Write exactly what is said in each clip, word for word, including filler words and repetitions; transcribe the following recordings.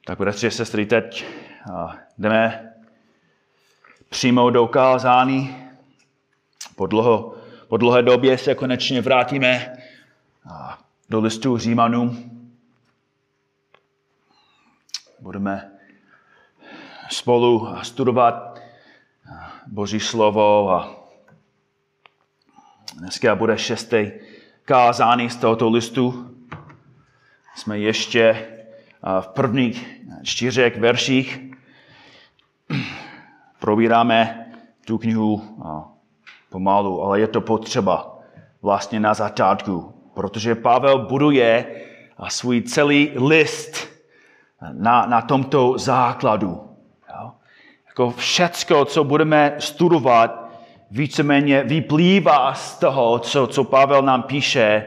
Tak, bratři a sestry, teď jdeme přímo do kázání. Po, dlouho, po dlouhé době se konečně vrátíme do listu Římanům. Budeme spolu studovat Boží slovo a dneska bude šesté kázání z tohoto listu. Jsme ještě v prvních čtyřech verších. Probíráme tu knihu pomalu, ale je to potřeba vlastně na začátku, protože Pavel buduje svůj celý list na, na tomto základu. Jo? Jako všecko, co budeme studovat, víceméně vyplývá z toho, co, co Pavel nám píše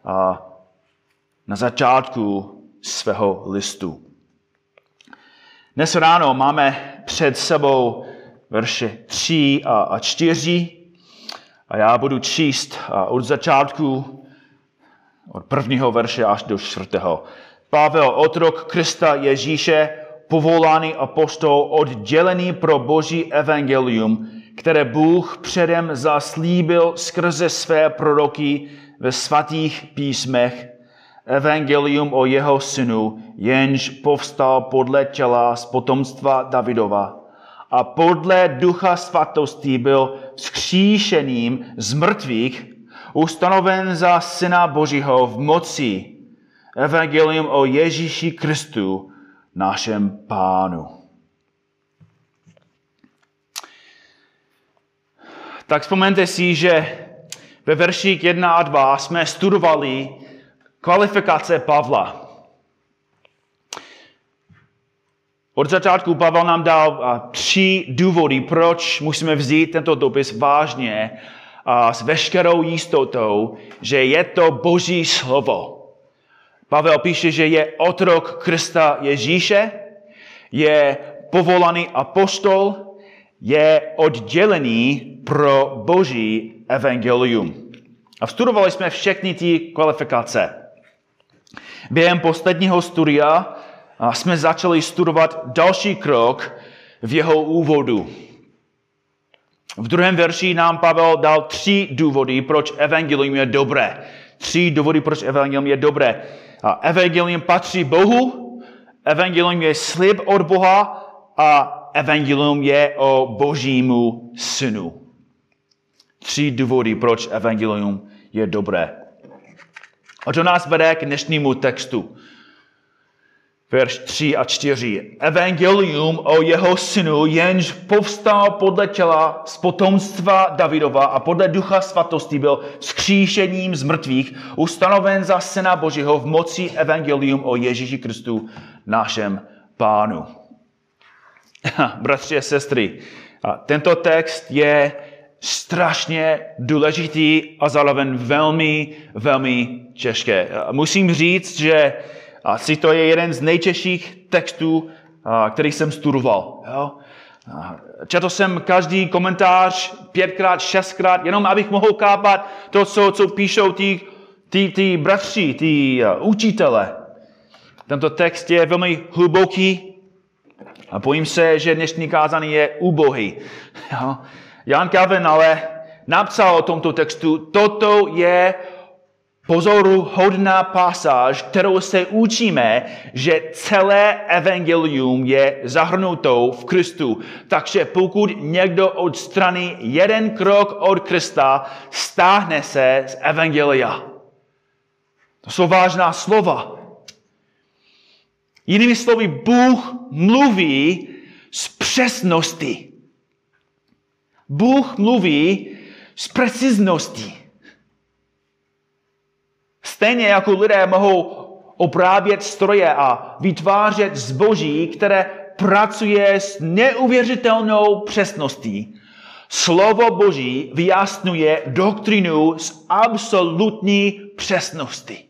na začátku svého listu. Dnes ráno máme před sebou verše tři a čtyři a já budu číst od začátku, od prvního verše až do čtvrtého. Pavel, otrok Krista Ježíše, povolaný apoštol, oddělený pro Boží evangelium, které Bůh předem zaslíbil skrze své proroky ve svatých písmech, evangelium o jeho synu, jenž povstal podle těla z potomstva Davidova a podle ducha svatosti byl vzkříšeným z mrtvých, ustanoven za syna Božího v moci, evangelium o Ježíši Kristu, našem Pánu. Tak vzpomeňte si, že ve verších jedna a dva jsme studovali kvalifikace Pavla. Od začátku Pavel nám dal tři důvody, proč musíme vzít tento dopis vážně a s veškerou jistotou, že je to Boží slovo. Pavel píše, že je otrok Krista Ježíše, je povolaný apoštol, je oddělený pro Boží evangelium. A studovali jsme všechny ty kvalifikace. Během posledního studia jsme začali studovat další krok v jeho úvodu. V druhém verši nám Pavel dal tři důvody, proč evangelium je dobré. Tři důvody, proč evangelium je dobré. A evangelium patří Bohu, evangelium je slib od Boha a evangelium je o Božímu synu. Tři důvody, proč evangelium je dobré. A to nás vede k dnešnímu textu. Verš tři a čtyři. Evangelium o jeho synu, jenž povstal podle těla z potomstva Davidova a podle ducha svatosti byl vzkříšením z mrtvých, ustanoven za syna Božího v moci evangelium o Ježíši Kristu, našem Pánu. Bratři a sestry, tento text je strašně důležitý a zároveň velmi, velmi těžké. Musím říct, že asi to je jeden z nejtěžších textů, který jsem studoval. Jo? Četl jsem každý komentář pětkrát, šestkrát, jenom abych mohl kápat to, co, co píšou ty, ty, ty bratři, ty učitele. Tento text je velmi hluboký a bojím se, že dnešní kázání je ubohý. Jo? Jan Calvin ale napsal o tomto textu, toto je pozoruhodná pasáž, kterou se učíme, že celé evangelium je zahrnutou v Kristu. Takže pokud někdo odstraní jeden krok od Krista, stáhne se z evangelia. To jsou vážná slova. Jinými slovy, Bůh mluví s přesností. Bůh mluví s precizností. Stejně jako lidé mohou obrábět stroje a vytvářet zboží, které pracuje s neuvěřitelnou přesností, slovo Boží vyjasňuje doktrinu s absolutní přesností.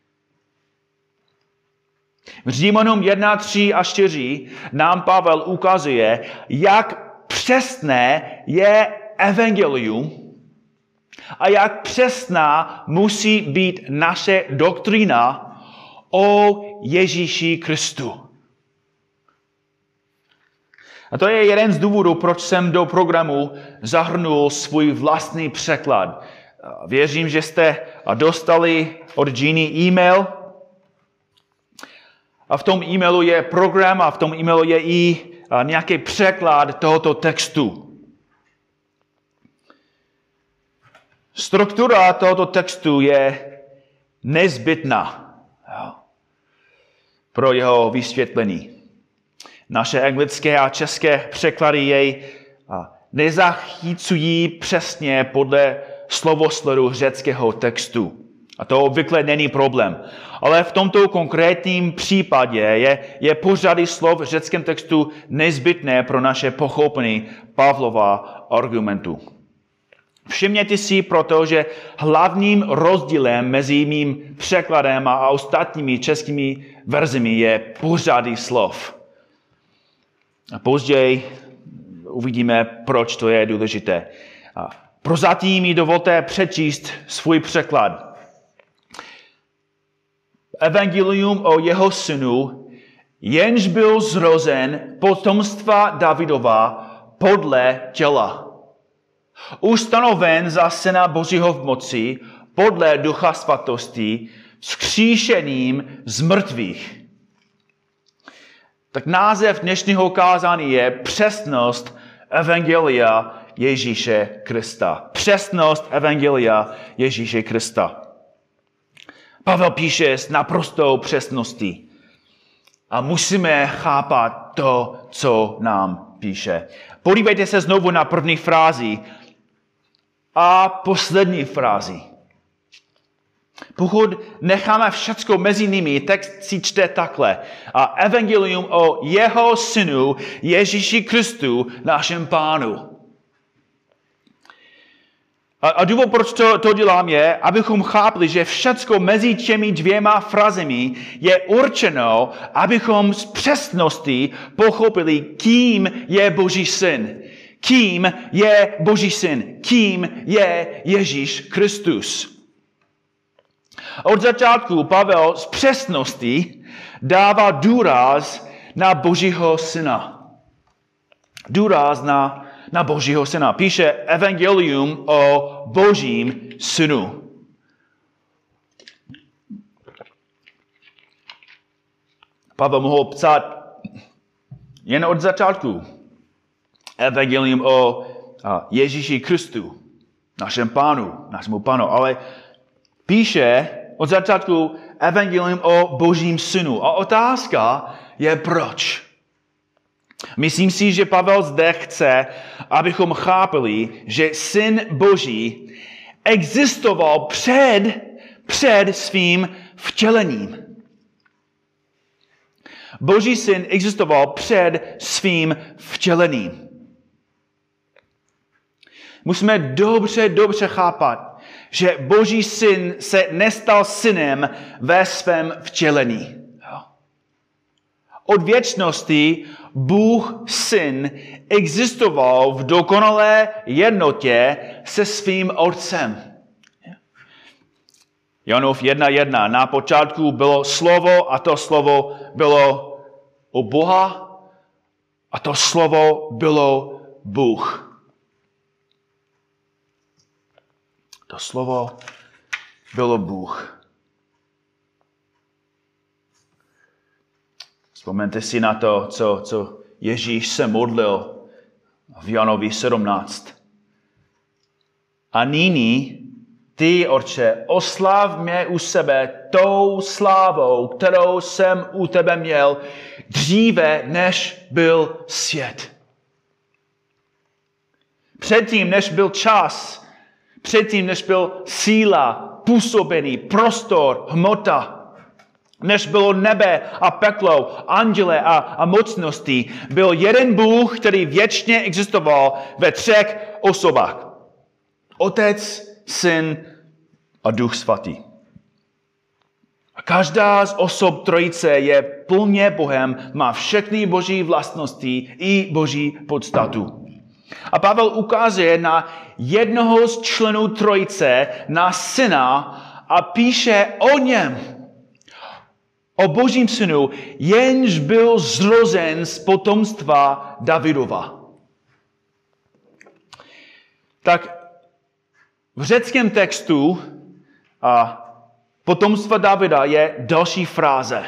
V Římanům jedna, tři a čtyři nám Pavel ukazuje, jak přesné je evangelium a jak přesná musí být naše doktrína o Ježíši Kristu. A to je jeden z důvodů, proč jsem do programu zahrnul svůj vlastní překlad. Věřím, že jste dostali od Ginny e-mail. A v tom e-mailu je program a v tom e-mailu je i nějaký překlad tohoto textu. Struktura tohoto textu je nezbytná pro jeho vysvětlení. Naše anglické a české překlady jej nezachycují přesně podle slovosledu řeckého textu. A to obvykle není problém. Ale v tomto konkrétním případě je, je pořady slov v řeckém textu nezbytné pro naše pochopení Pavlova argumentu. Všimněte si proto, že hlavním rozdílem mezi mým překladem a ostatními českými verzemi je pořady slov. A později uvidíme, proč to je důležité. A prozatím mi dovolte přečíst svůj překlad. Evangelium o jeho synu, jenž byl zrozen potomstva Davidova podle těla. Ustanoven za syna Božího v moci podle ducha svatosti, vzkříšením z mrtvých. Tak název dnešního kázání je Přesnost Evangelia Ježíše Krista. Přesnost Evangelia Ježíše Krista. Pavel píše s naprostou přesností. A musíme chápat to, co nám píše. Podívejte se znovu na první frázi a poslední frázi. Pokud necháme všecko mezi nimi, text si čte takhle. A evangelium o jeho synu Ježíši Kristu, našem Pánu. A, a důvod, proč to, to dělám, je, abychom chápli, že všecko mezi těmi dvěma frazemi je určeno, abychom s přesností pochopili, kým je Boží syn. Kým je Boží syn. Kým je Ježíš Kristus. Od začátku Pavel s přesností dává důraz na Božího syna. Důraz na, na Božího syna. Píše evangelium o Božím synu. Pavel mohl psát jen od začátku evangelium o Ježíši Kristu, našem Pánu, našemu Pánu, ale píše od začátku evangelium o Božím synu. A otázka je proč. Myslím si, že Pavel zde chce, abychom chápali, že syn Boží existoval před, před svým vtělením. Boží syn existoval před svým vtělením. Musíme dobře, dobře chápat, že Boží syn se nestal synem ve svém vtělení. Od věčnosti Bůh syn existoval v dokonalé jednotě se svým otcem. Janův jedna jedna. Na počátku bylo slovo a to slovo bylo u Boha a to slovo bylo Bůh. To slovo bylo Bůh. Vzpomeňte si na to, co, co Ježíš se modlil v Janovi sedmnáct. A nyní ty, Otče, oslav mě u sebe tou slávou, kterou jsem u tebe měl dříve, než byl svět. Předtím, než byl čas, předtím, než byl síla, působení, prostor, hmota, než bylo nebe a peklo, anděle a, a mocnosti, byl jeden Bůh, který věčně existoval ve třech osobách. Otec, Syn a Duch svatý. A každá z osob trojice je plně Bohem, má všechny boží vlastnosti i boží podstatu. A Pavel ukazuje na jednoho z členů trojice, na syna a píše o něm. o Božím synu, jenž byl zrozen z potomstva Davidova. Tak v řeckém textu a potomstva Davida je další fráze.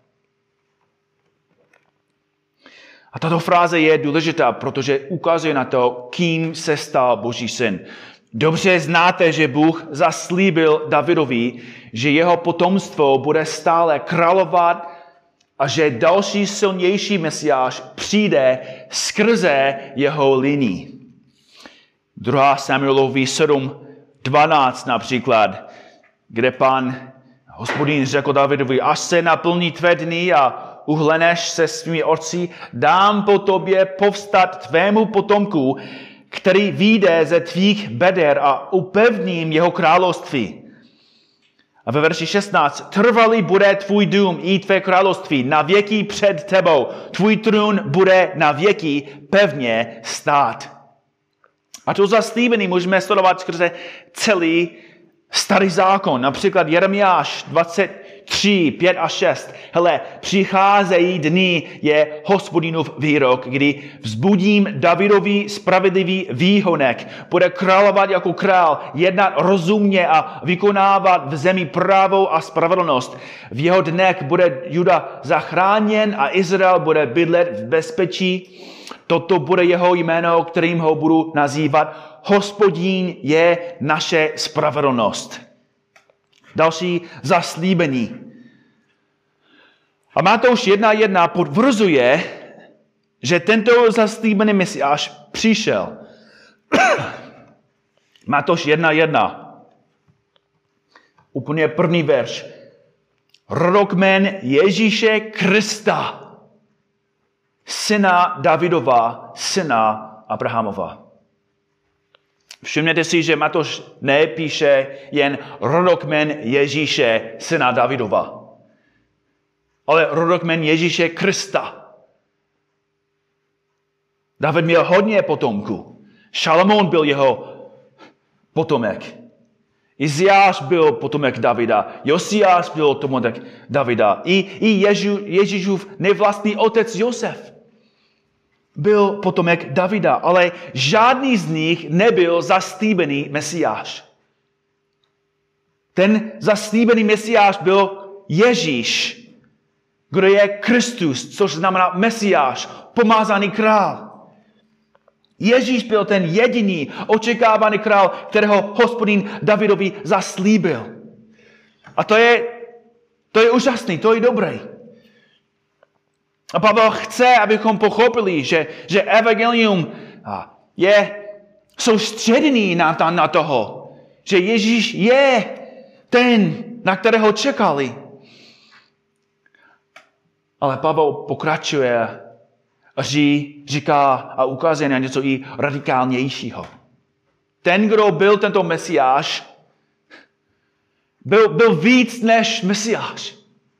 A tato fráze je důležitá, protože ukazuje na to, kým se stal Boží syn. Dobře znáte, že Bůh zaslíbil Davidovi, že jeho potomstvo bude stále královat a že další silnější mesiáš přijde skrze jeho linii. druhá Samuelovi sedm dvanáct například, kde Pán Hospodin řekl Davidovi, až se naplní tvé dny a uhleneš se svými otci, dám po tobě povstat tvému potomku, který vyjde ze tvých beder a upevním jeho království. A ve verši šestnáct, trvalý bude tvůj dům i tvé království na věky před tebou. Tvůj trůn bude na věky pevně stát. A to zaslíbení můžeme sledovat skrze celý Starý zákon, například Jeremiáš dvacet tři, pět a šest. Hele, přicházejí dny, je Hospodinův výrok, kdy vzbudím Davidovi spravedlivý výhonek. Bude královat jako král, jednat rozumně a vykonávat v zemi právo a spravedlnost. V jeho dnech bude Juda zachráněn a Izrael bude bydlet v bezpečí. Toto bude jeho jméno, kterým ho budu nazývat. Hospodin je naše spravedlnost. Další zaslíbení. A Matouš jedna jedna potvrzuje, že tento zaslíbený mesiáš přišel. Matouš jedna jedna. Úplně první verš. Rodokmen Ježíše Krista, syna Davidova, syna Abrahamova. Všimněte si, že Matouš nepíše jen rodokmen Ježíše, syna Davidova, ale rodokmen Ježíše Krista. David měl hodně potomků. Šalamoun byl jeho potomek. Iziáš byl potomek Davida. Josiáš byl potomek Davida. I, i Ježu, Ježíšův nevlastní otec Josef byl potomek Davida, ale žádný z nich nebyl zaslíbený mesiáš. Ten zaslíbený mesiáš byl Ježíš, kdo je Kristus, což znamená mesiáš, pomázaný král. Ježíš byl ten jediný očekávaný král, kterého Hospodin Davidovi zaslíbil. A to je, to je úžasný, to je dobrý. A Pavel chce, abychom pochopili, že, že evangelium je soustředěný na, na toho, že Ježíš je ten, na kterého čekali. Ale Pavel pokračuje a říká a ukazuje na něco i radikálnějšího. Ten, kdo byl tento mesiáš, byl, byl víc než mesiáš.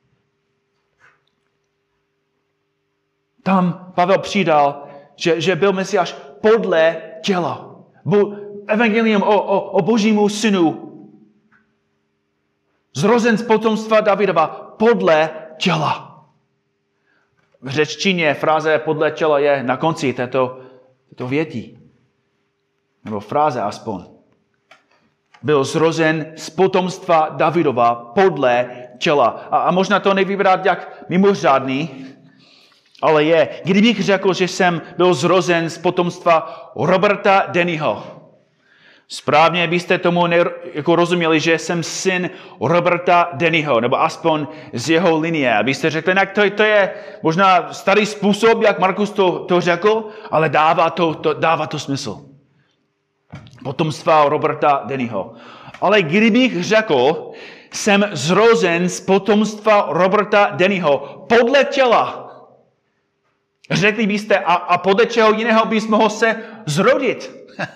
Tam Pavel přidal, že, že byl mesiáš podle těla. Evangelium o, o, o Božímu synu. Zrozen z potomstva Davidova podle těla. V řečtině fráze podle těla je na konci této, této věty. Nebo fráze aspoň. Byl zrozen z potomstva Davidova podle těla. A, a možná to nevypadá jak mimořádný, ale je. Kdybych řekl, že jsem byl zrozen z potomstva Roberta Dennyho, správně byste tomu ne, jako rozuměli, že jsem syn Roberta Dennyho, nebo aspoň z jeho linie. Abyste řekli, tak to, to je možná starý způsob, jak Markus to, to řekl, ale dává to, to, dává to smysl. Potomstva Roberta Dennyho. Ale kdybych řekl, jsem zrozen z potomstva Roberta Dennyho podle těla, řekli byste, a, a podle čeho jiného bys mohl se zrodit?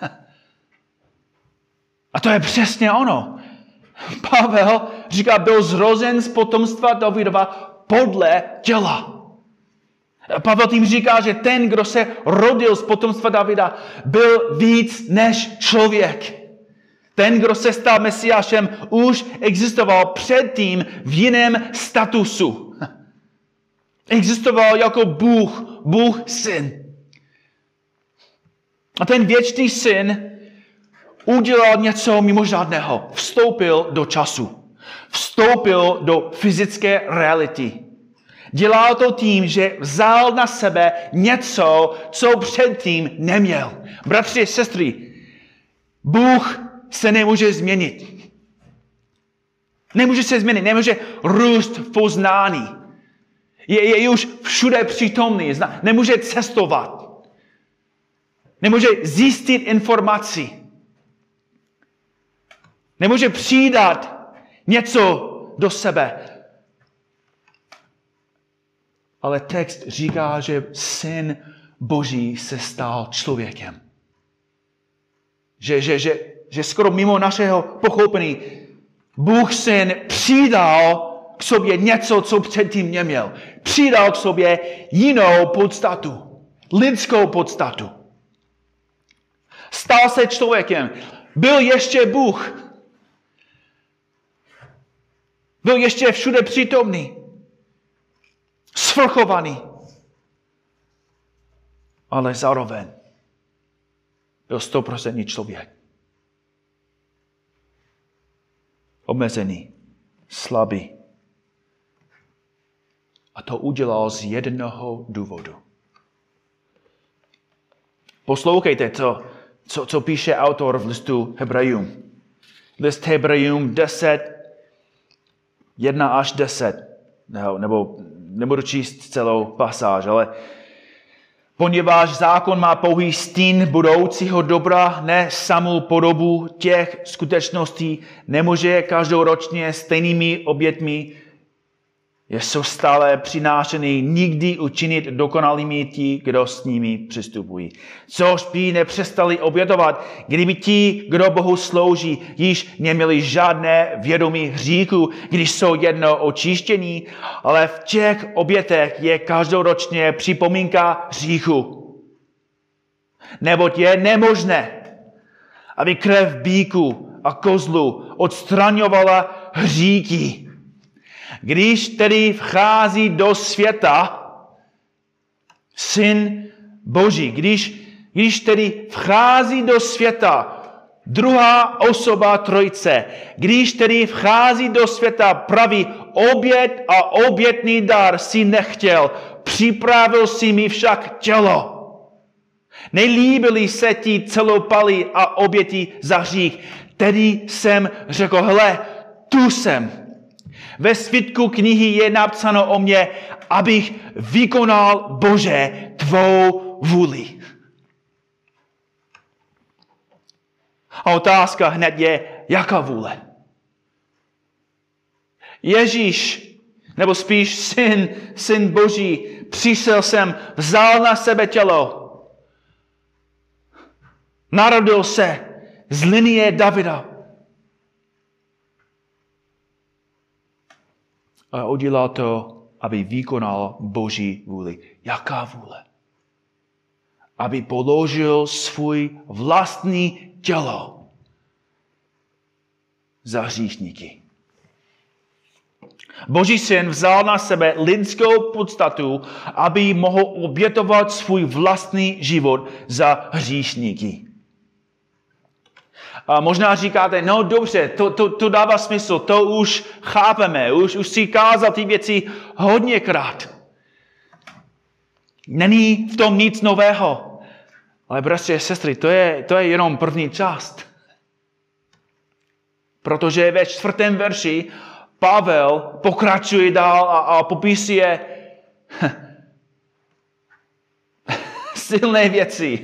A to je přesně ono. Pavel říká, byl zrozen z potomstva Davidova podle těla. Pavel tím říká, že ten, kdo se rodil z potomstva Davida, byl víc než člověk. Ten, kdo se stal mesiášem, už existoval předtím v jiném statusu. Existoval jako Bůh, Bůh syn. A ten věčný syn udělal něco mimořádného. Vstoupil do času. Vstoupil do fyzické reality. Dělal to tím, že vzal na sebe něco, co předtím neměl. Bratři a sestry, Bůh se nemůže změnit. Nemůže se změnit, nemůže růst v poznání. Je, je už všude přítomný, zna, nemůže cestovat. Nemůže zjistit informaci. Nemůže přidat něco do sebe. Ale text říká, že syn Boží se stal člověkem. Že, že, že, že skoro mimo našeho pochopení Bůh syn přidal k sobě něco, co předtím neměl. Přidal k sobě jinou podstatu. Lidskou podstatu. Stal se člověkem. Byl ještě Bůh. Byl ještě všude přítomný. Svrchovaný. Ale zároveň byl stoprocentní člověk. Omezený, slabý. A to udělal z jednoho důvodu. Poslouchejte, co, co, co píše autor v listu Hebrejům. List Hebrejům deset, jedna až deset. Nebo, nebo nebudu číst celou pasáž, ale poněvadž zákon má pouhý stín budoucího dobra, ne samou podobu těch skutečností, nemůže každoročně stejnými obětmi, jsou stále přinášeny, nikdy učinit dokonalými ti, kdo s nimi přistupují. Což by nepřestali obětovat, kdyby ti, kdo Bohu slouží, již neměli žádné vědomí hříchu, když jsou jedno očištění, ale v těch obětech je každoročně připomínka hříchu. Neboť je nemožné, aby krev býku a kozlu odstraňovala hříchy. Když tedy vchází do světa Syn Boží, když, když tedy vchází do světa druhá osoba Trojice, když tedy vchází do světa pravý obět a obětný dar si nechtěl, připravil si mi však tělo. Nelíbily se ti celopalí a oběti za hřích. Tedy jsem řekl, hele, tu jsem. Ve svitku knihy je napsáno o mně, abych vykonal, Bože, tvou vůli. A otázka hned je, jaká vůle? Ježíš, nebo spíš syn, syn Boží, přišel sem, vzal na sebe tělo. Narodil se z linie Davida. A udělal to, aby vykonal Boží vůli. Jaká vůle? Aby položil svůj vlastní tělo za hříšníky. Boží syn vzal na sebe lidskou podstatu, aby mohl obětovat svůj vlastní život za hříšníky. A možná říkáte, no dobře, to, to, to dává smysl, to už chápeme, už, už si kázal ty věci hodněkrát. Není v tom nic nového. Ale bratři a sestry, to je, to je jenom první část. Protože ve čtvrtém verši Pavel pokračuje dál a, a popisuje silné věci.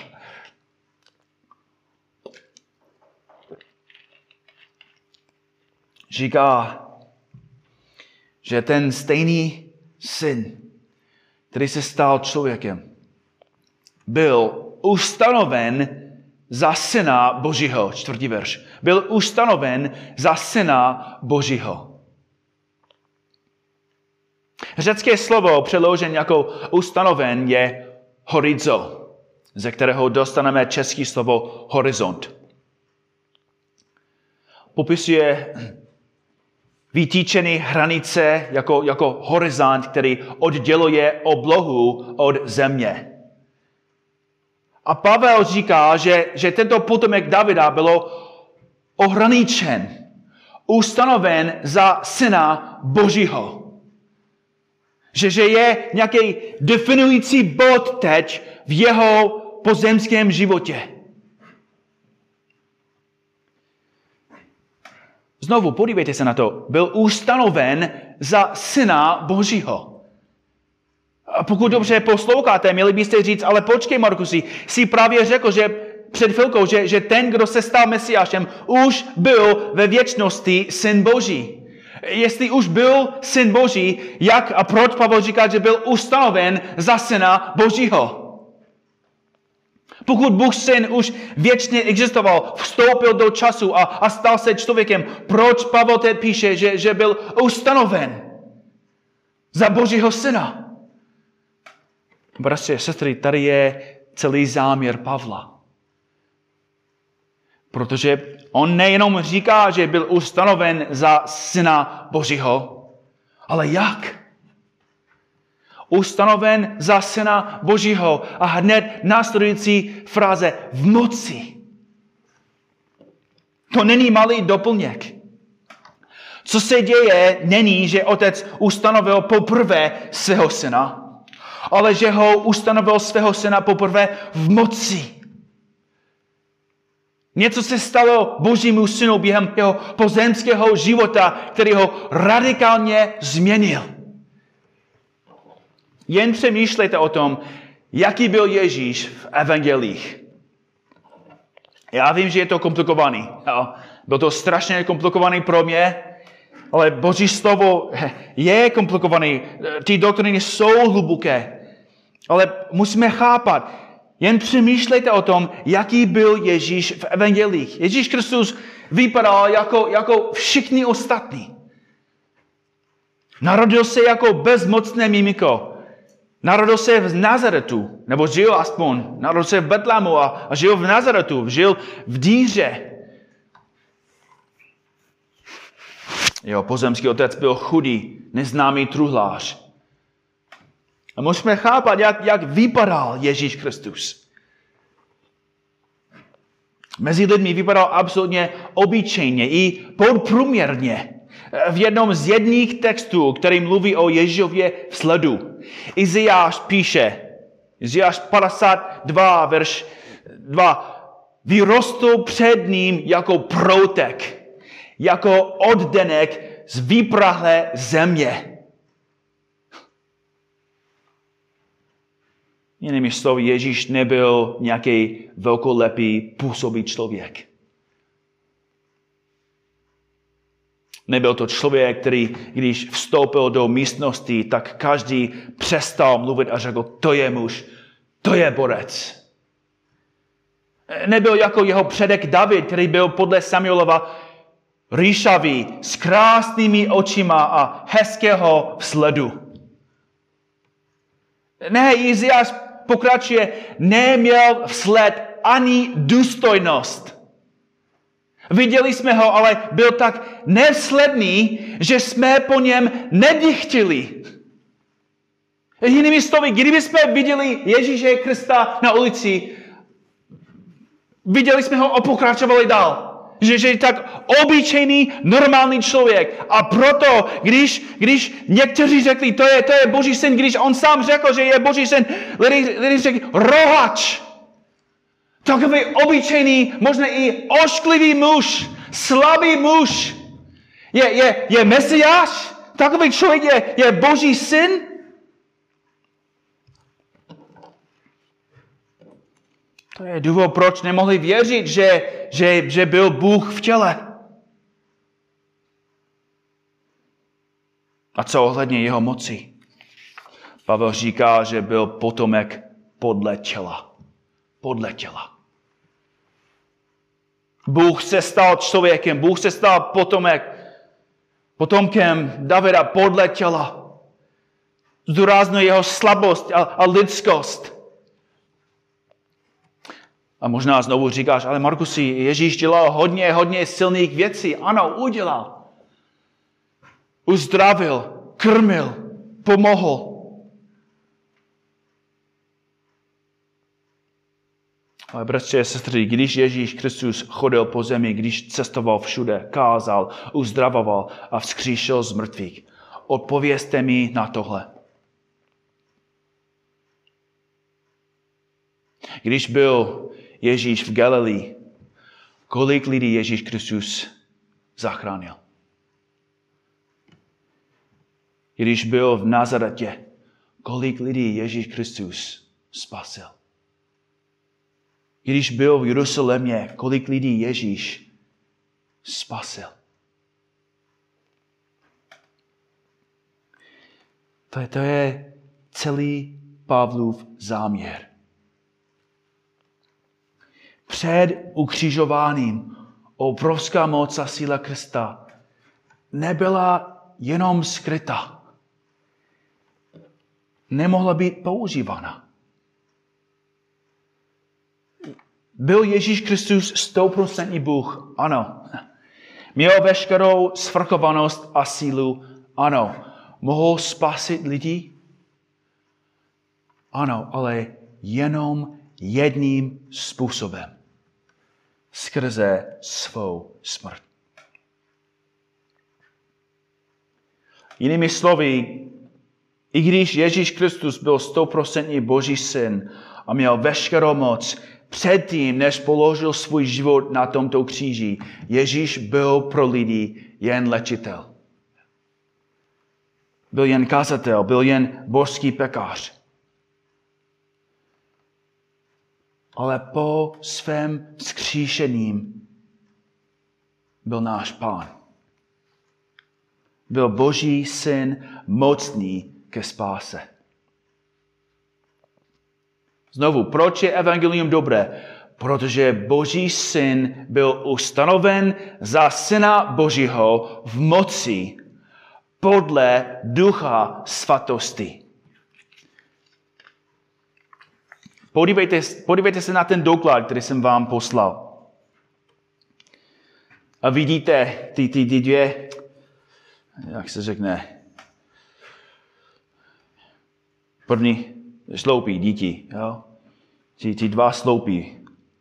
Říká, že ten stejný syn, který se stal člověkem, byl ustanoven za syna Božího. Čtvrtý verš. Byl ustanoven za syna Božího. Řecké slovo přeložené jako ustanoven je horizo, ze kterého dostaneme české slovo horizont. Popisuje vytýčeny hranice jako, jako horizont, který odděluje oblohu od země. A Pavel říká, že, že tento potomek Davida bylo ohraničen, ustanoven za syna Božího. Že, že je nějaký definující bod teď v jeho pozemském životě. Znovu, podívejte se na to. Byl ustanoven za syna Božího. A pokud dobře posloucháte, měli byste říct, ale počkej, Markusi, jsi právě řekl, že před chvilkou, že, že ten, kdo se stal Mesiášem, už byl ve věčnosti syn Boží. Jestli už byl syn Boží, jak a proč Pavel říká, že byl ustanoven za syna Božího? Pokud Bůh syn už věčně existoval, vstoupil do času a, a stal se člověkem, proč Pavel teď píše, že, že byl ustanoven za Božího syna? Bratři a sestry, tady je celý záměr Pavla. Protože on nejenom říká, že byl ustanoven za syna Božího, ale jak? Ustanoven za syna Božího a hned následující fráze v moci. To není malý doplněk. Co se děje, není, že otec ustanovil poprvé svého syna, ale že ho ustanovil svého syna poprvé v moci. Něco se stalo Božímu synu během jeho pozemského života, který ho radikálně změnil. Jen přemýšlejte o tom, jaký byl Ježíš v evangelích. Já vím, že je to komplikovaný. Byl to strašně komplikovaný pro mě, ale Boží slovo je komplikovaný. Ty doktriny jsou hluboké, ale musíme chápat. Jen přemýšlejte o tom, jaký byl Ježíš v evangelích. Ježíš Kristus vypadal jako, jako všichni ostatní. Narodil se jako bezmocné mimiko. Narodil se v Nazaretu, nebo žil aspoň. Narodil se v Betlému a, a žil v Nazaretu, žil v díře. Jeho pozemský otec byl chudý, neznámý truhlář. A musíme chápat, jak, jak vypadal Ježíš Kristus. Mezi lidmi vypadal absolutně obyčejně i podprůměrně. V jednom z jedných textů, který mluví o Ježíšově vzhledu, Izajáš píše, Izajáš padesát dva, verš dva, vyrostl před ním jako proutek, jako oddenek z vyprahlé země. Jinými slovy, Ježíš nebyl nějaký velkolepý, působý člověk. Nebyl to člověk, který, když vstoupil do místnosti, tak každý přestal mluvit a řekl, to je muž, to je borec. Nebyl jako jeho předek David, který byl podle Samuelova rýšavý, s krásnými očima a hezkého vzhledu. Ne, Izajáš pokračuje, neměl vzhled ani důstojnost. Viděli jsme ho, ale byl tak nevsledný, že jsme po něm nedychtili. Jinými slovy, kdyby jsme viděli Ježíše Krista na ulici, viděli jsme ho a pokračovali dál. Že, že je tak obyčejný, normální člověk. A proto, když, když někteří řekli, to je, to je Boží syn, když on sám řekl, že je Boží syn, lidi, lidi řekli, rohač. Takový obyčejný, možná i ošklivý muž, slabý muž. Je, je, je Mesiáš? Takový člověk je, je Boží syn? To je důvod, proč nemohli věřit, že, že, že byl Bůh v těle. A co ohledně jeho moci? Pavel říká, že byl potomek podle těla. Podle těla. Bůh se stal člověkem, Bůh se stal potomek, potomkem Davida podle těla. Zdůrazňuje jeho slabost a, a lidskost. A možná znovu říkáš, ale Markusi, Ježíš dělal hodně, hodně silných věcí. Ano, udělal. uzdravil, krmil, pomohl. Ale bratři a sestry, když Ježíš Kristus chodil po zemi, když cestoval všude, kázal, uzdravoval a vzkříšel z mrtvých, odpovězte mi na tohle. Když byl Ježíš v Galilei, kolik lidí Ježíš Kristus zachránil? Když byl v Nazaretě, kolik lidí Ježíš Kristus spasil? Když byl v Jeruzalémě, kolik lidí Ježíš spasil? To je, to je celý Pavlův záměr. Před ukřižováním obrovská moc a síla Krista nebyla jenom skryta. Nemohla být používána. Byl Ježíš Kristus stoprocentní Bůh? Ano. Měl veškerou svrchovanost a sílu? Ano. Mohl spasit lidi? Ano, ale jenom jedním způsobem. Skrze svou smrt. Jinými slovy, i když Ježíš Kristus byl stoprocentní Boží syn a měl veškerou moc, předtím, než položil svůj život na tomto kříži, Ježíš byl pro lidi jen léčitel. Byl jen kazatel, byl jen božský pekař. Ale po svém vzkříšením byl náš Pán. Byl Boží syn mocný ke spáse. Znovu, proč je evangelium dobré? Protože Boží syn byl ustanoven za syna Božího v moci podle Ducha Svatosti. Podívejte, podívejte se na ten doklad, který jsem vám poslal. A vidíte ty, ty, ty dvě, jak se řekne, první sloupí děti, jo? Ty, ty dva sloupí.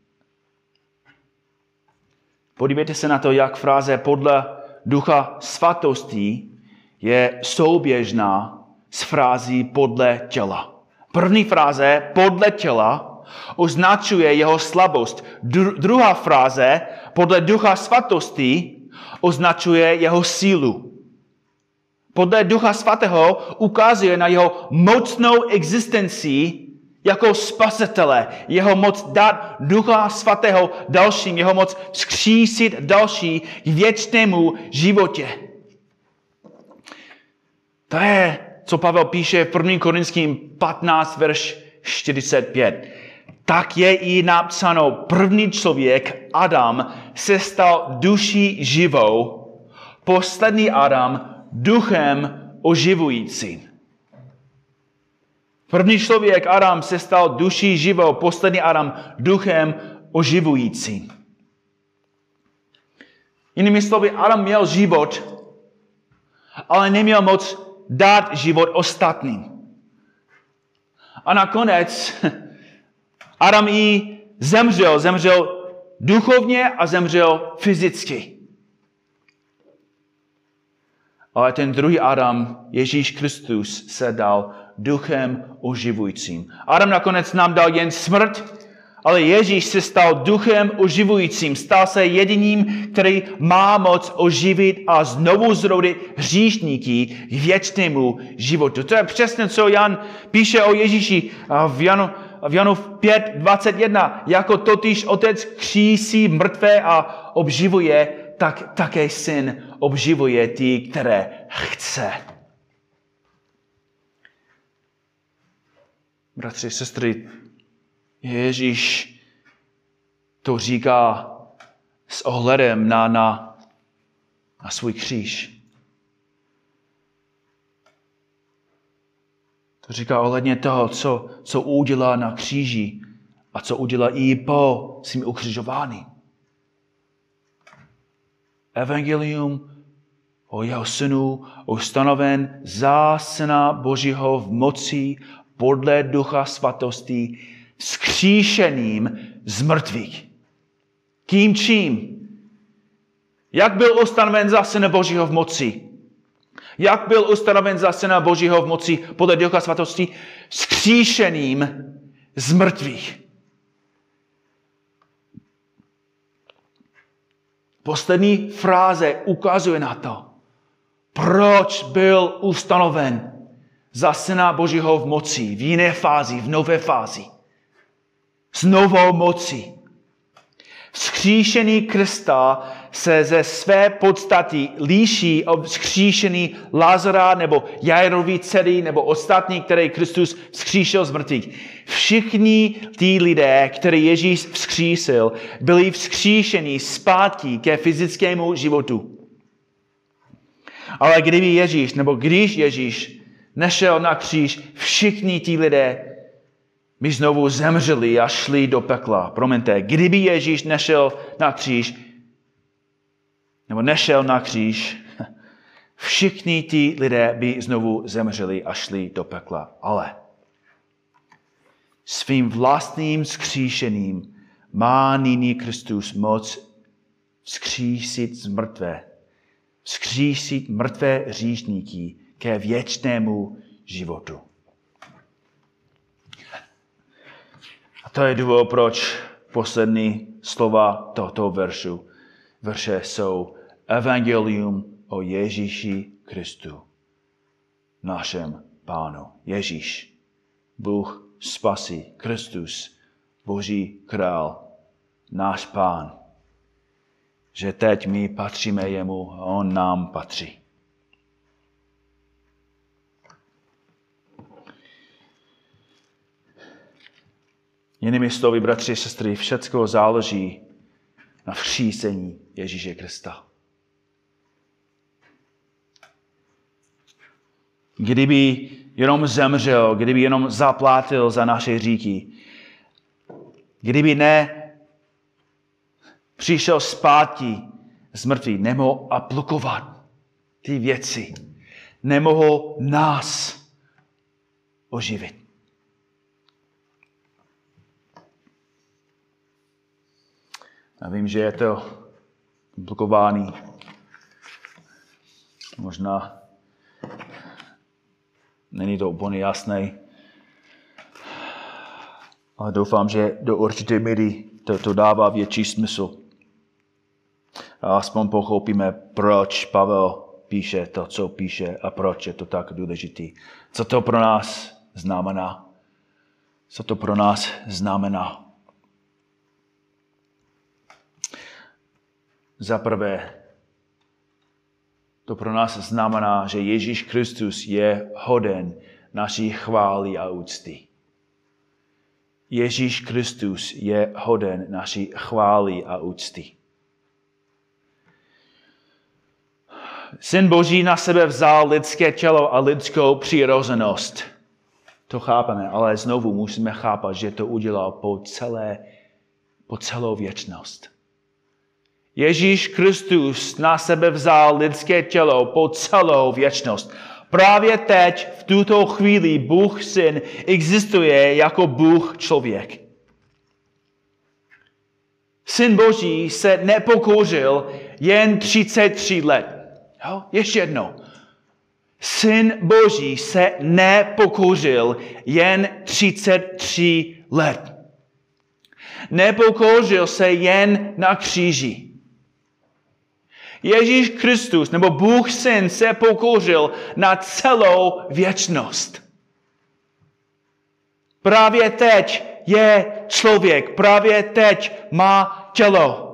Podívejte se na to, jak fráze podle Ducha Svatosti je souběžná s frází podle těla. První fráze podle těla označuje jeho slabost. Dru- druhá fráze podle Ducha Svatosti označuje jeho sílu. Podle Ducha Svatého ukazuje na jeho mocnou existenci jako spasitele. Jeho moc dát Ducha Svatého dalším, jeho moc vzkřísit další k věčnému životě. To je, co Pavel píše v prvním Korinským patnáct, verš čtyřicet pět. Tak je i napsáno, první člověk, Adam, se stal duší živou, poslední Adam duchem oživujícím. První člověk, Adam, se stal duší živou, poslední Adam duchem oživujícím. Jinými slovy, Adam měl život, ale neměl moc dát život ostatním. A nakonec Adam i zemřel. Zemřel duchovně a zemřel fyzicky. Ale ten druhý Adam, Ježíš Kristus, se dal duchem oživujícím. Adam nakonec nám dal jen smrt, ale Ježíš se stal duchem oživujícím. Stal se jediným, který má moc oživit a znovu zrodit hříšníky k věčnému životu. To je přesně, co Jan píše o Ježíši v Janu, v Janu pět dvacet jedna. Jako totiž otec křísí mrtvé a obživuje, tak také syn obživuje ty, které chce. Bratři, sestry, Ježíš to říká s ohledem na, na, na svůj kříž. To říká ohledně toho, co, co udělá na kříži a co udělá i po svým ukřižování. Evangelium o jeho synu, ustanoven za syna Božího v moci podle Ducha Svatosti, vzkříšeným z mrtvých. Kým čím? Jak byl ustanoven za syna Božího v moci? Jak byl ustanoven za syna Božího v moci podle Ducha Svatosti? Vzkříšeným z mrtvých. Poslední fráze ukazuje na to, proč byl ustanoven za syna Božího v moci, v jiné fázi, v nové fázi. S novou mocí. Vzkříšený Krista se ze své podstaty líší od vzkříšený Lazara nebo Jairovi dcery nebo ostatní, které Kristus vzkříšil z mrtvých. Všichni tí lidé, které Ježíš vzkřísil, byli vzkříšeni zpátky ke fyzickému životu. Ale kdyby Ježíš, nebo když Ježíš nešel na kříž, všichni tí lidé by znovu zemřeli a šli do pekla. Promiňte, kdyby Ježíš nešel na kříž, nebo nešel na kříž, všichni ti lidé by znovu zemřeli a šli do pekla. Ale svým vlastním vzkříšením má nyní Kristus moc vzkřísit z mrtvé, vzkřísit mrtvé hříšníky ke věčnému životu. A to je důvod, proč poslední slova tohoto veršu, verše jsou evangelium o Ježíši Kristu, našem Pánu. Ježíš, Bůh spasí, Kristus, Boží král, náš Pán. Že teď my patříme jemu a on nám patří. Jinými slovy, bratři a sestry, všecko záleží na vzkřísení Ježíše Krista. Kdyby jenom zemřel, kdyby jenom zaplatil za naše hříchy, kdyby ne přišel zpátky z mrtvých, nemohl aplikovat ty věci, nemohl nás oživit. Já vím, že je to komplikovaný. Možná není to úplně jasné. Ale doufám, že do určité míry to, to dává větší smysl. A aspoň pochopíme, proč Pavel píše to, co píše a proč je to tak důležité. Co to pro nás znamená? Co to pro nás znamená? Za prvé, to pro nás znamená, že Ježíš Kristus je hoden naší chvály a úcty. Ježíš Kristus je hoden naší chvály a úcty. Syn Boží na sebe vzal lidské tělo a lidskou přirozenost. To chápeme, ale znovu musíme chápat, že to udělal po, celé, po celou věčnost. Ježíš Kristus na sebe vzal lidské tělo po celou věčnost. Právě teď, v tuto chvíli, Bůh Syn existuje jako Bůh člověk. Syn Boží se nepokořil jen třicet tři let. Jo? Ještě jednou. Syn Boží se nepokořil jen třicet tři let. Nepokořil se jen na kříži. Ježíš Kristus, nebo Bůh Syn, se pokořil na celou věčnost. Právě teď je člověk, právě teď má tělo.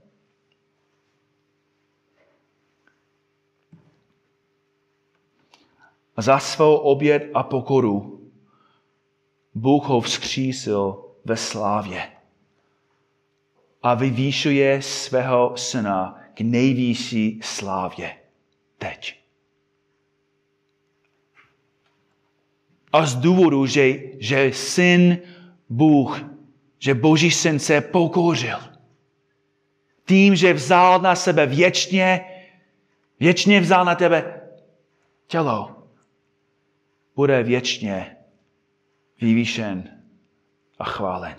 A za svou oběť a pokoru Bůh ho vzkřísil ve slávě a vyvýšuje svého syna k nejvyšší slávě teď. A z důvodu, že, že syn Bůh, že Boží syn se pokořil, tím, že vzal na sebe věčně věčně vzal na tebe tělo, bude věčně vyvýšen a chválen.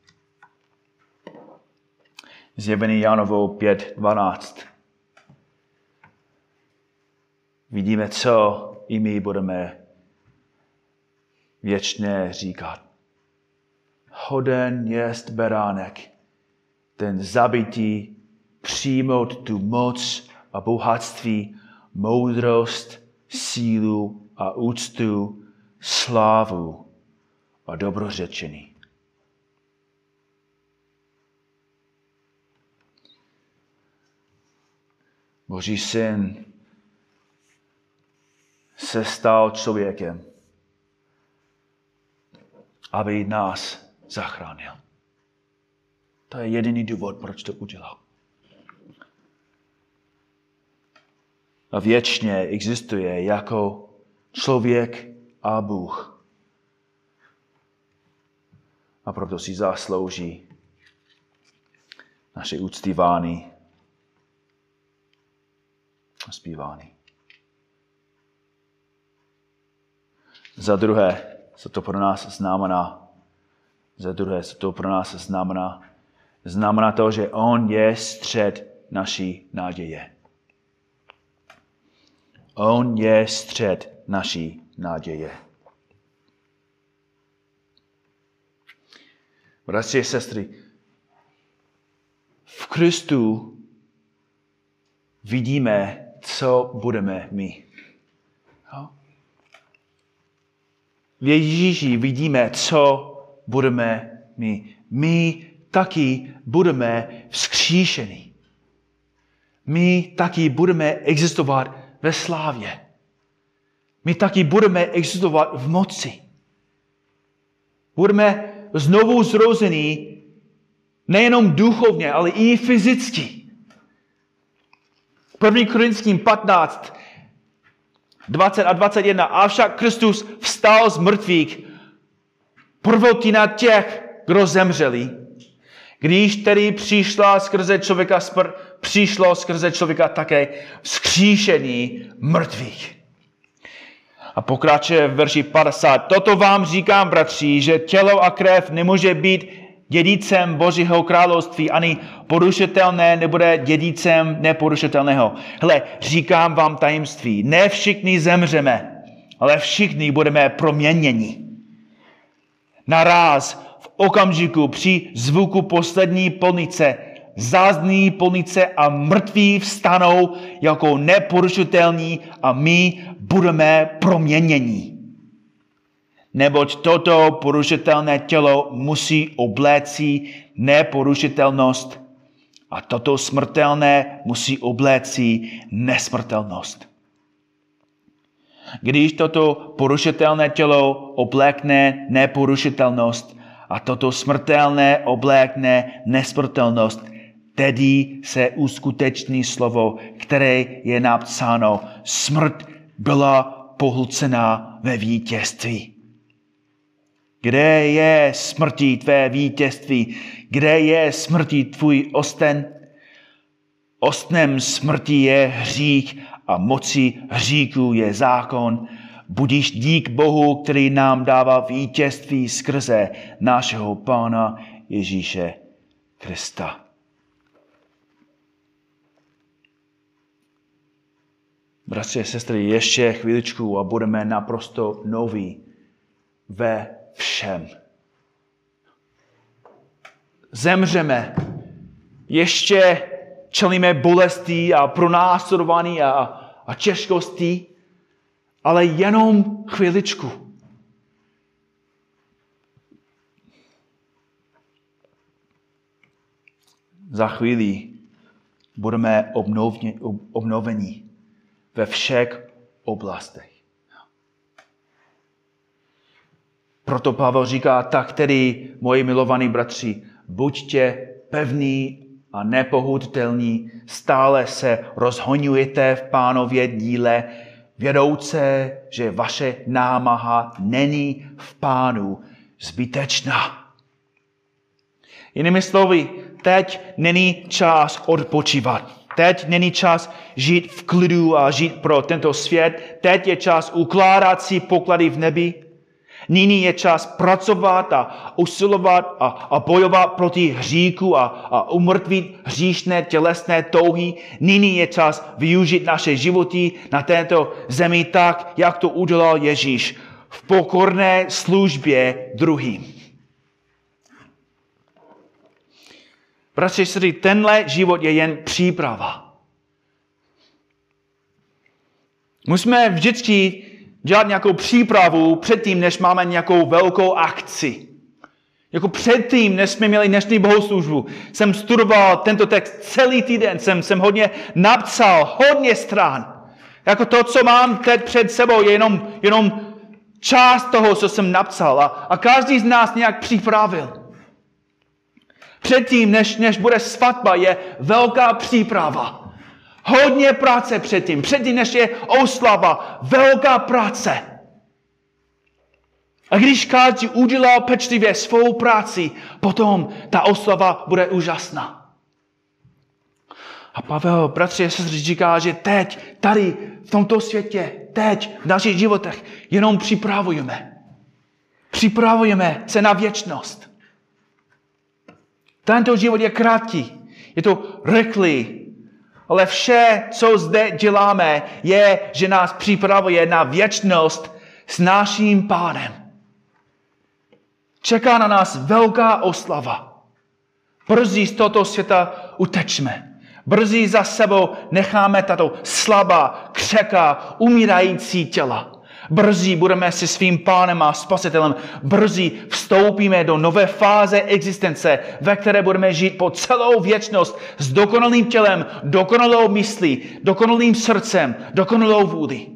Zjevení Jánovo pět dvanáct. Vidíme, co i my budeme věčně říkat. Hoden jest beránek, ten zabitý přijmout tu moc a bohatství, moudrost, sílu a úctu, slávu a dobrořečení. Boží syn se stal člověkem, aby nás zachránil. To je jediný důvod, proč to udělal. A věčně existuje jako člověk a Bůh. A proto si zaslouží naše uctívání a zpívání. Za druhé, co to pro nás znamená, za druhé, co to pro nás znamená, znamená to, že on je střed naší naděje. On je střed naší naděje. Bratři a sestry, v Kristu vidíme, co budeme my. V Ježíši vidíme, co budeme my. My taky budeme vzkříšeni. My taky budeme existovat ve slávě. My taky budeme existovat v moci. Budeme znovu zrození nejenom duchovně, ale i fyzicky. první Korinským patnáct, dvacet a dvacet jedna. Avšak Kristus vstal z mrtvých, prvotina těch, kdo zemřeli. Když tedy přišla skrze člověka smrt, přišlo skrze člověka také vzkříšení mrtvých. A pokračuje v verši padesát. Toto vám říkám, bratři, že tělo a krev nemůže být dědicem Božího království, ani porušitelné nebude dědicem neporušitelného. Hele, říkám vám tajemství, ne všichni zemřeme, ale všichni budeme proměněni. Naráz v okamžiku při zvuku poslední polnice zazní polnice a mrtví vstanou jako neporušitelní a my budeme proměněni. Neboť toto porušitelné tělo musí obléci neporušitelnost a toto smrtelné musí obléci nesmrtelnost. Když toto porušitelné tělo oblékne neporušitelnost a toto smrtelné oblékne nesmrtelnost, tedy se uskuteční slovo, které je napsáno, smrt byla pohlcena ve vítězství. Kde je smrti tvé vítězství? Kde je smrti tvůj osten? Ostnem smrti je hřích a mocí hříchu je zákon. Budíš dík Bohu, který nám dává vítězství skrze našeho Pána Ježíše Krista. Bratři a sestry, ještě chvíličku a budeme naprosto noví ve všem. Zemřeme. Ještě čelíme bolesti a pronásledování a, a těžkosti, ale jenom chvíličku. Za chvíli budeme obnoveni, obnoveni ve všech oblastech. Proto Pavel říká, tak tedy, moji milovaní bratři, buďte pevní a nepohnutelní, stále se rozhoňujete v Pánově díle, vědouce, že vaše námaha není v Pánu zbytečná. Jinými slovy, teď není čas odpočívat. Teď není čas žít v klidu a žít pro tento svět. Teď je čas ukládat si poklady v nebi. Nyní je čas pracovat a usilovat a, a bojovat proti hříchu a, a umrtvit hříšné tělesné touhy. Nyní je čas využít naše životy na této zemi tak, jak to udělal Ježíš v pokorné službě druhým. Bratři, sestry, tenhle život je jen příprava. Musíme vždycky dělat nějakou přípravu předtím, než máme nějakou velkou akci. Jako předtím, než jsme měli dnešní bohoslužbu, jsem studoval tento text celý týden, jsem, jsem hodně napsal, hodně stran. Jako to, co mám teď před sebou, je jenom, jenom část toho, co jsem napsal. A, a každý z nás nějak připravil. Předtím, než, než bude svatba, je velká příprava. Hodně práce předtím. Předtím, než je oslava, velká práce. A když každý udělal pečlivě svou práci, potom ta oslava bude úžasná. A Pavel, bratři a sestry, říká, že teď, tady, v tomto světě, teď, v našich životech, jenom připravujeme. Připravujeme se na věčnost. Tento život je krátký, je to rychlý, ale vše, co zde děláme, je, že nás připravuje na věčnost s naším Pánem. Čeká na nás velká oslava. Brzy z tohoto světa utečme. Brzy za sebou necháme tato slabá, křehká, umírající těla. Brzy budeme se svým Pánem a Spasitelem. Brzy vstoupíme do nové fáze existence, ve které budeme žít po celou věčnost s dokonalým tělem, dokonalou myslí, dokonalým srdcem, dokonalou vůli.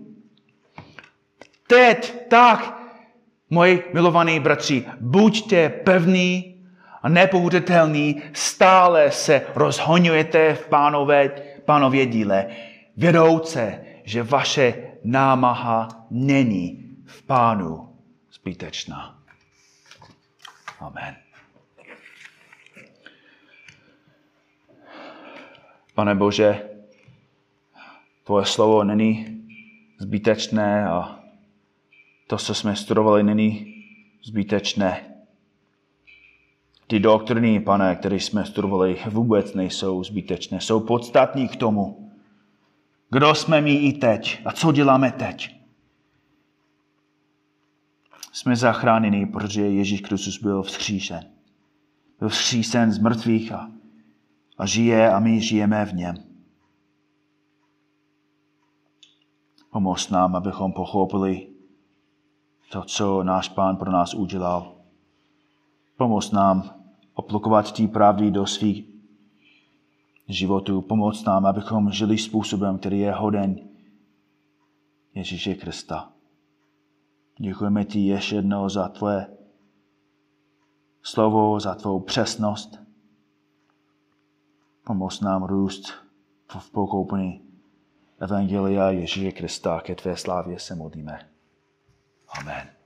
Teď tak, moji milovaní bratři, buďte pevní a nepohnutelní, stále se rozhoňujete v pánové, pánově díle, vědouce, že vaše námaha není v Pánu zbytečná. Amen. Pane Bože, tvoje slovo není zbytečné a to, co jsme studovali, není zbytečné. Ty doktriny, Pane, které jsme studovali, vůbec nejsou zbytečné. Jsou podstatní k tomu, kdo jsme my i teď a co děláme teď. Jsme zachráněni, protože Ježíš Kristus byl vzkříšen. Byl vzkříšen z mrtvých a, a žije a my žijeme v něm. Pomoz nám, abychom pochopili to, co náš Pán pro nás udělal. Pomoz nám aplikovat ty pravdy do svých životů. Pomoc nám, abychom žili způsobem, který je hoden Ježíše Krista. Děkujeme ti ještě jednou za tvoje slovo, za tvou přesnost. Pomoz nám růst v pochopení evangelia Ježíše Krista. Ke tvé slávě se modlíme. Amen.